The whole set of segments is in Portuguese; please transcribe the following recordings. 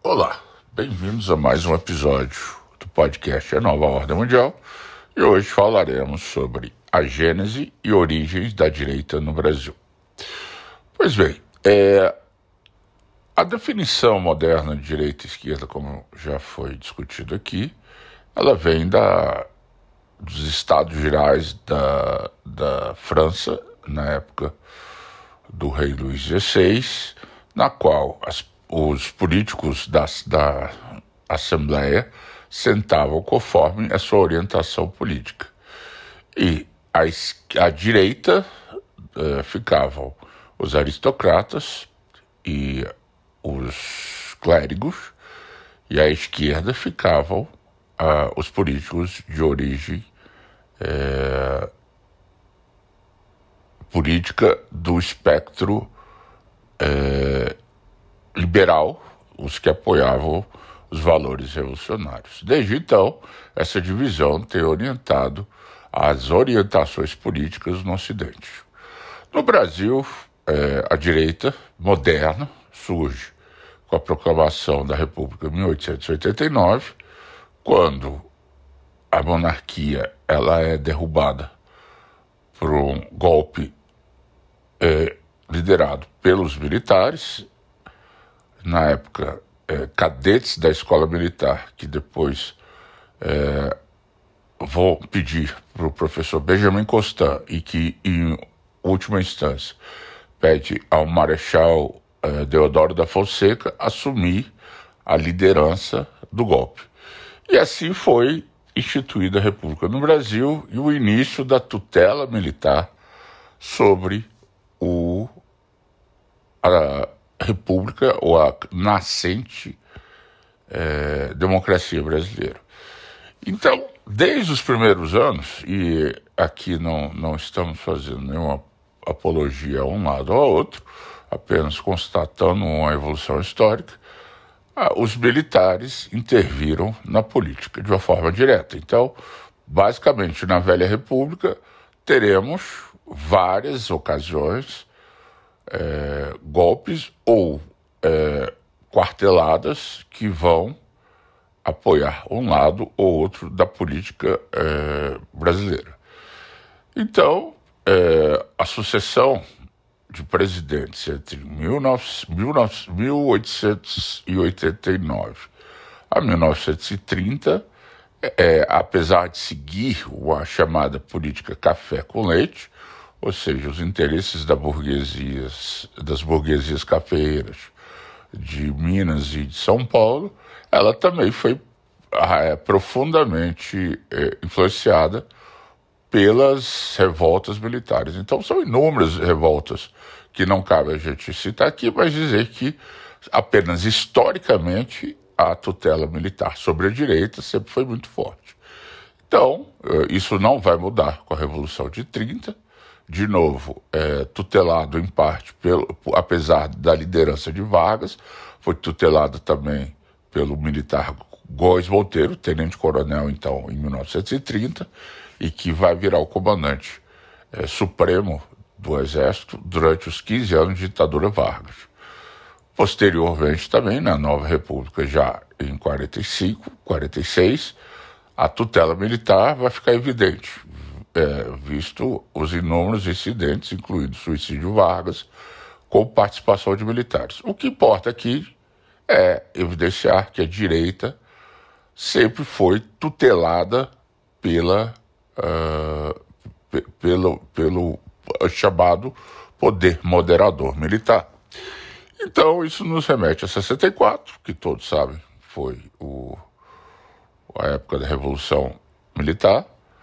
Olá, bem-vindos a mais um episódio do podcast A Nova Ordem Mundial e hoje falaremos sobre a gênese e origens da direita no Brasil. Pois bem, a definição moderna de direita e esquerda, como já foi discutido aqui, ela vem dos Estados Gerais da França, na época do rei Luís XVI, na qual os políticos da Assembleia sentavam conforme a sua orientação política. E à direita ficavam os aristocratas e os clérigos, e à esquerda ficavam os políticos de origem política do espectro liberal, os que apoiavam os valores revolucionários. Desde então, essa divisão tem orientado as orientações políticas no Ocidente. No Brasil, a direita moderna surge com a proclamação da República em 1889, quando a monarquia ela é derrubada por um golpe liderado pelos militares, na época cadetes da escola militar, que depois vão pedir para o professor Benjamin Constant e que, em última instância, pede ao Marechal Deodoro da Fonseca assumir a liderança do golpe. E assim foi instituída a República no Brasil e o início da tutela militar sobre a República ou a nascente democracia brasileira. Então, desde os primeiros anos, e aqui não estamos fazendo nenhuma apologia a um lado ou ao outro, apenas constatando uma evolução histórica, os militares interviram na política de uma forma direta. Então, basicamente, na Velha República, teremos várias ocasiões, golpes ou quarteladas que vão apoiar um lado ou outro da política brasileira. Então, a sucessão de presidentes entre 1889 a 1930, apesar de seguir a chamada política café com leite, ou seja, os interesses das burguesias cafeeiras de Minas e de São Paulo, ela também foi profundamente influenciada pelas revoltas militares. Então são inúmeras revoltas que não cabe a gente citar aqui, mas dizer que apenas historicamente a tutela militar sobre a direita sempre foi muito forte. Então, isso não vai mudar com a Revolução de 30, de novo, tutelado em parte, apesar da liderança de Vargas, foi tutelado também pelo militar Góes Monteiro, tenente-coronel, então, em 1930, e que vai virar o comandante supremo do Exército durante os 15 anos de ditadura Vargas. Posteriormente, também, na Nova República, já em 45, 46, a tutela militar vai ficar evidente, visto os inúmeros incidentes, incluindo o suicídio Vargas, com participação de militares. O que importa aqui é evidenciar que a direita sempre foi tutelada pelo chamado poder moderador militar. Então, isso nos remete a 64, que todos sabem foi a época da Revolução Militar,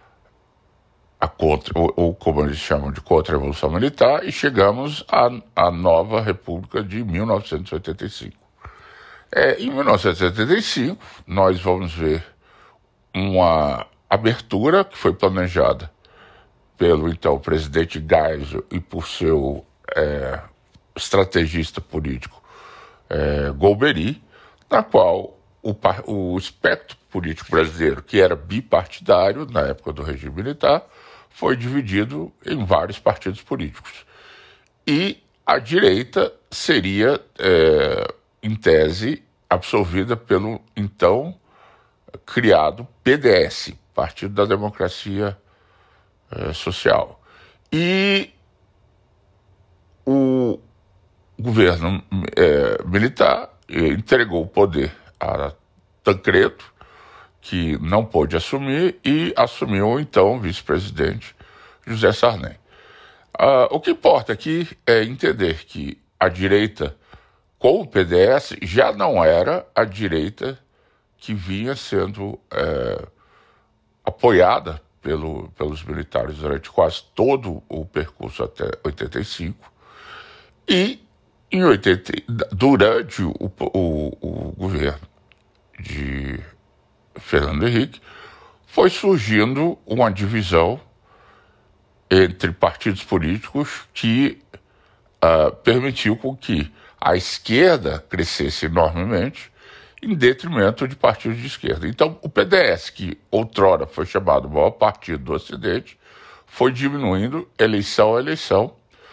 ou como eles chamam de contra-revolução militar, e chegamos à nova República de 1985. Em 1985, nós vamos ver uma abertura que foi planejada pelo então presidente Geisel e por seu estrategista político Golbery, na qual o espectro político brasileiro, que era bipartidário na época do regime militar, foi dividido em vários partidos políticos. E a direita seria, em tese, absorvida pelo então criado PDS, Partido da Democracia Social. E o governo militar entregou o poder a Tancredo, que não pôde assumir, e assumiu então o vice-presidente José Sarney. O que importa aqui é entender que a direita, com o PDS, já não era a direita que vinha sendo apoiada pelos militares durante quase todo o percurso até 85, e durante o governo de Fernando Henrique, foi surgindo uma divisão entre partidos políticos que permitiu com que a esquerda crescesse enormemente em detrimento de partidos de esquerda. Então, o PDS, que outrora foi chamado o maior partido do Ocidente, foi diminuindo eleição a eleição,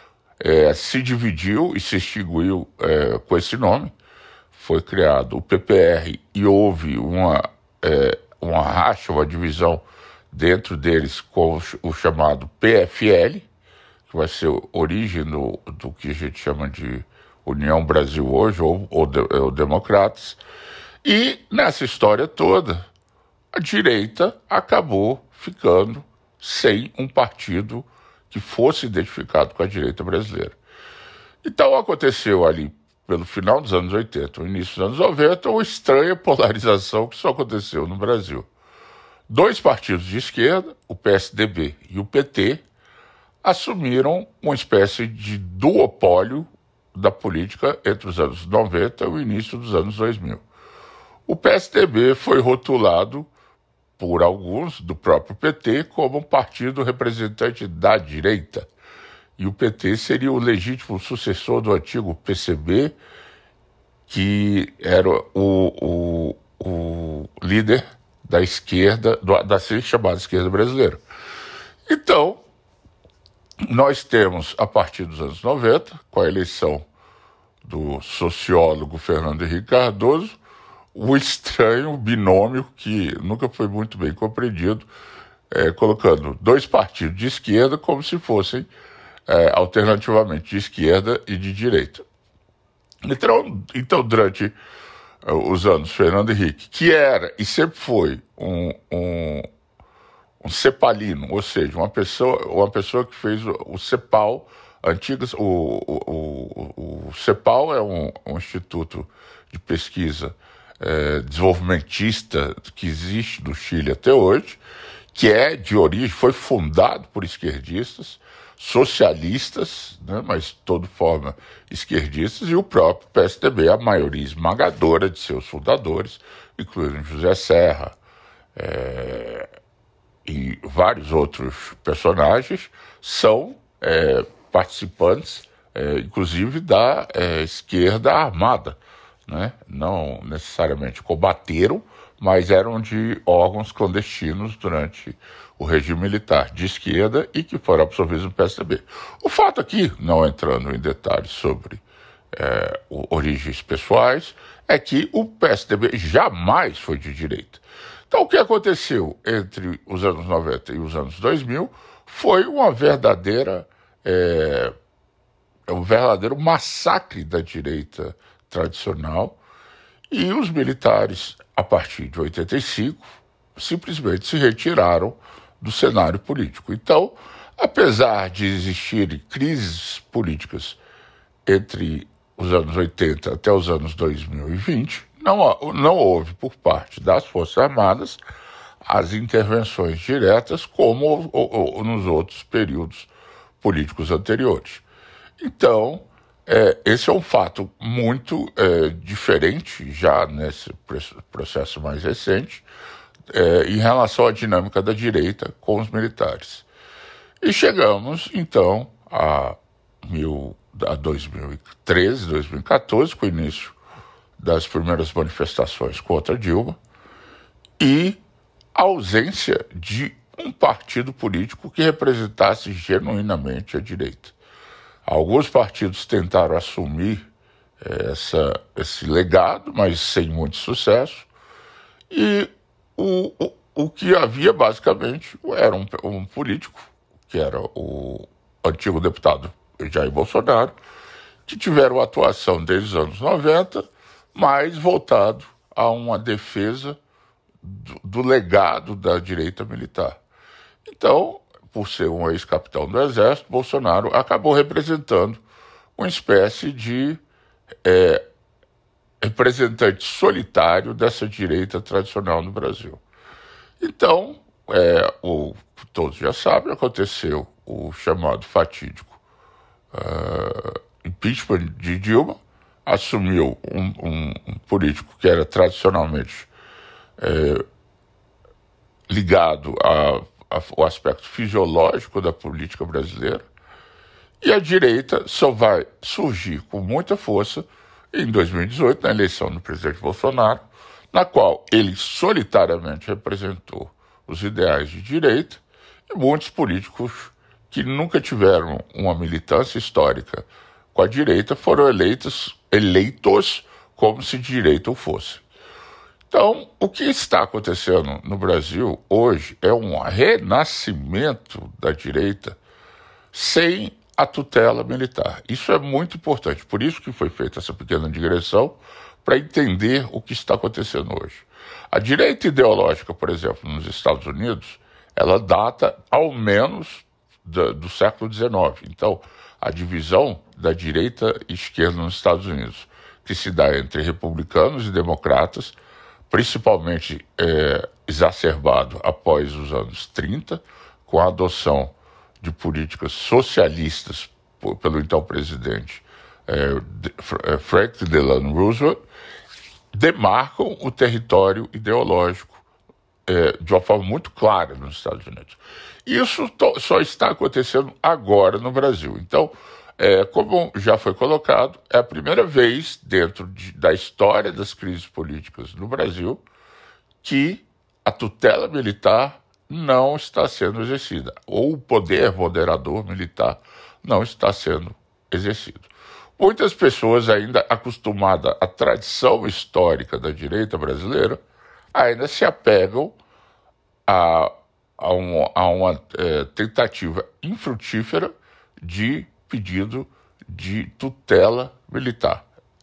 se dividiu e se extinguiu com esse nome. Foi criado o PPR e houve uma racha, uma divisão dentro deles com o chamado PFL, que vai ser a origem do que a gente chama de União Brasil hoje, ou Democratas. E nessa história toda, a direita acabou ficando sem um partido que fosse identificado com a direita brasileira. Então aconteceu ali, pelo final dos anos 80, o início dos anos 90, uma estranha polarização que só aconteceu no Brasil. Dois partidos de esquerda, o PSDB e o PT, assumiram uma espécie de duopólio da política entre os anos 90 e o início dos anos 2000. O PSDB foi rotulado por alguns do próprio PT como um partido representante da direita, e o PT seria o legítimo sucessor do antigo PCB, que era o líder da esquerda, da chamada esquerda brasileira. Então, nós temos, a partir dos anos 90, com a eleição do sociólogo Fernando Henrique Cardoso, o estranho binômio que nunca foi muito bem compreendido, colocando dois partidos de esquerda como se fossem alternativamente de esquerda e de direita. Então durante os anos, Fernando Henrique, que era e sempre foi um cepalino, ou seja, uma pessoa que fez o CEPAL, o CEPAL é um instituto de pesquisa desenvolvimentista que existe no Chile até hoje, que é de origem, foi fundado por esquerdistas, socialistas, né, mas de toda forma esquerdistas, e o próprio PSDB, a maioria esmagadora de seus fundadores, incluindo José Serra e vários outros personagens, são participantes, inclusive, da esquerda armada, né? Não necessariamente combateram, mas eram de órgãos clandestinos durante o regime militar de esquerda e que foram absorvidos no PSDB. O fato aqui, não entrando em detalhes sobre origens pessoais, é que o PSDB jamais foi de direita. Então, o que aconteceu entre os anos 90 e os anos 2000 foi um verdadeiro massacre da direita tradicional, e os militares, a partir de 85, simplesmente se retiraram do cenário político. Então, apesar de existirem crises políticas entre os anos 80 até os anos 2020, não houve por parte das Forças Armadas as intervenções diretas como nos outros períodos políticos anteriores. Então, esse é um fato muito diferente, já nesse processo mais recente, em relação à dinâmica da direita com os militares. E chegamos, então, a 2013, 2014, com o início das primeiras manifestações contra Dilma, e a ausência de um partido político que representasse genuinamente a direita. Alguns partidos tentaram assumir esse legado, mas sem muito sucesso. E o que havia, basicamente, era um político, que era o antigo deputado Jair Bolsonaro, que tiveram atuação desde os anos 90, mais voltado a uma defesa do legado da direita militar. Então, por ser um ex-capitão do Exército, Bolsonaro acabou representando uma espécie de representante solitário dessa direita tradicional no Brasil. Então, todos já sabem, aconteceu o chamado fatídico impeachment de Dilma, assumiu um político que era tradicionalmente ligado ao aspecto fisiológico da política brasileira, e a direita só vai surgir com muita força em 2018, na eleição do presidente Bolsonaro, na qual ele solitariamente representou os ideais de direita, e muitos políticos que nunca tiveram uma militância histórica com a direita foram eleitos como se direita o fosse. Então, o que está acontecendo no Brasil hoje é um renascimento da direita sem a tutela militar. Isso é muito importante, por isso que foi feita essa pequena digressão, para entender o que está acontecendo hoje. A direita ideológica, por exemplo, nos Estados Unidos, ela data ao menos do século XIX. Então, a divisão da direita e esquerda nos Estados Unidos, que se dá entre republicanos e democratas, principalmente exacerbado após os anos 30, com a adoção de políticas socialistas pelo então presidente Franklin Delano Roosevelt, demarcam o território ideológico de uma forma muito clara nos Estados Unidos. Isso só está acontecendo agora no Brasil. Então, como já foi colocado, é a primeira vez dentro da história das crises políticas no Brasil que a tutela militar não está sendo exercida, ou o poder moderador militar não está sendo exercido. Muitas pessoas ainda acostumadas à tradição histórica da direita brasileira ainda se apegam a uma tentativa infrutífera de pedido de tutela militar.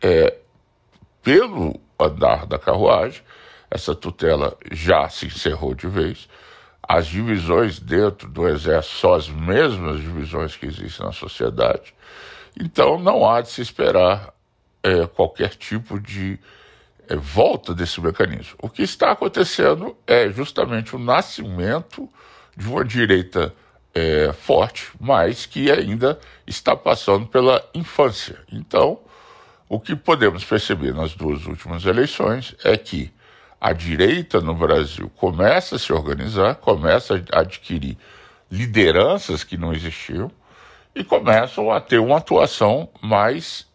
Pelo andar da carruagem, essa tutela já se encerrou de vez. As divisões dentro do Exército são as mesmas divisões que existem na sociedade. Então, não há de se esperar qualquer tipo de volta desse mecanismo. O que está acontecendo é justamente o nascimento de uma direita forte, mas que ainda está passando pela infância. Então, o que podemos perceber nas duas últimas eleições é que a direita no Brasil começa a se organizar, começa a adquirir lideranças que não existiam e começam a ter uma atuação mais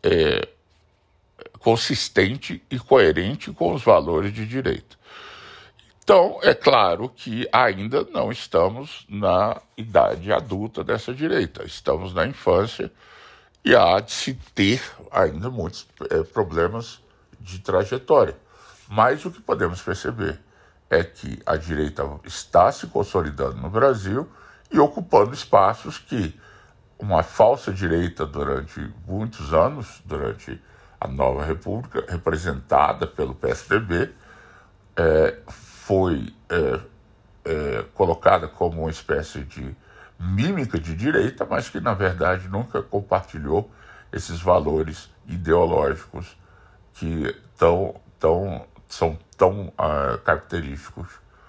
consistente e coerente com os valores de direita. Então, é claro que ainda não estamos na idade adulta dessa direita, estamos na infância e há de se ter ainda muitos problemas de trajetória. Mas o que podemos perceber é que a direita está se consolidando no Brasil e ocupando espaços que uma falsa direita durante muitos anos, durante a nova república, representada pelo PSDB, foi colocada como uma espécie de mímica de direita, mas que, na verdade, nunca compartilhou esses valores ideológicos que são tão característicos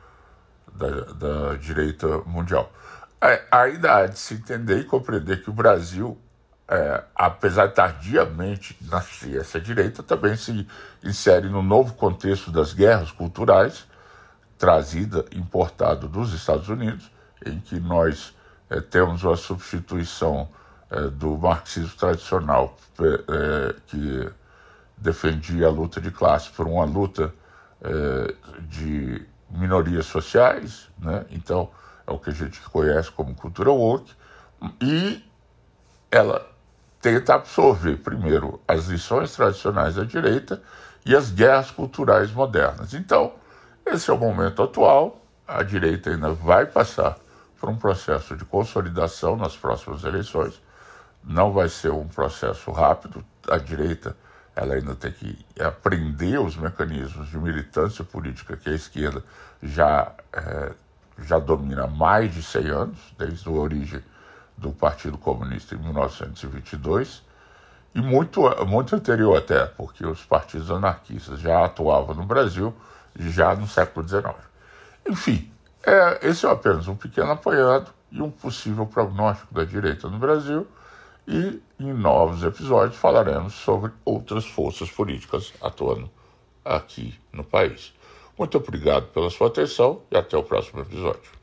da direita mundial. Ainda há de se entender e compreender que o Brasil, apesar de tardiamente nascer essa direita, também se insere no novo contexto das guerras culturais, importado dos Estados Unidos, em que nós temos uma substituição do marxismo tradicional que defendia a luta de classe por uma luta de minorias sociais, né? Então é o que a gente conhece como cultura woke, e ela tenta absorver, primeiro, as lições tradicionais da direita e as guerras culturais modernas. Então, esse é o momento atual. A direita ainda vai passar por um processo de consolidação nas próximas eleições. Não vai ser um processo rápido. A direita ela ainda tem que aprender os mecanismos de militância política que a esquerda já domina há mais de 100 anos, desde a origem do Partido Comunista em 1922, e muito anterior até, porque os partidos anarquistas já atuavam no Brasil já no século XIX. Enfim, esse é apenas um pequeno apanhado e um possível prognóstico da direita no Brasil, e em novos episódios falaremos sobre outras forças políticas atuando aqui no país. Muito obrigado pela sua atenção e até o próximo episódio.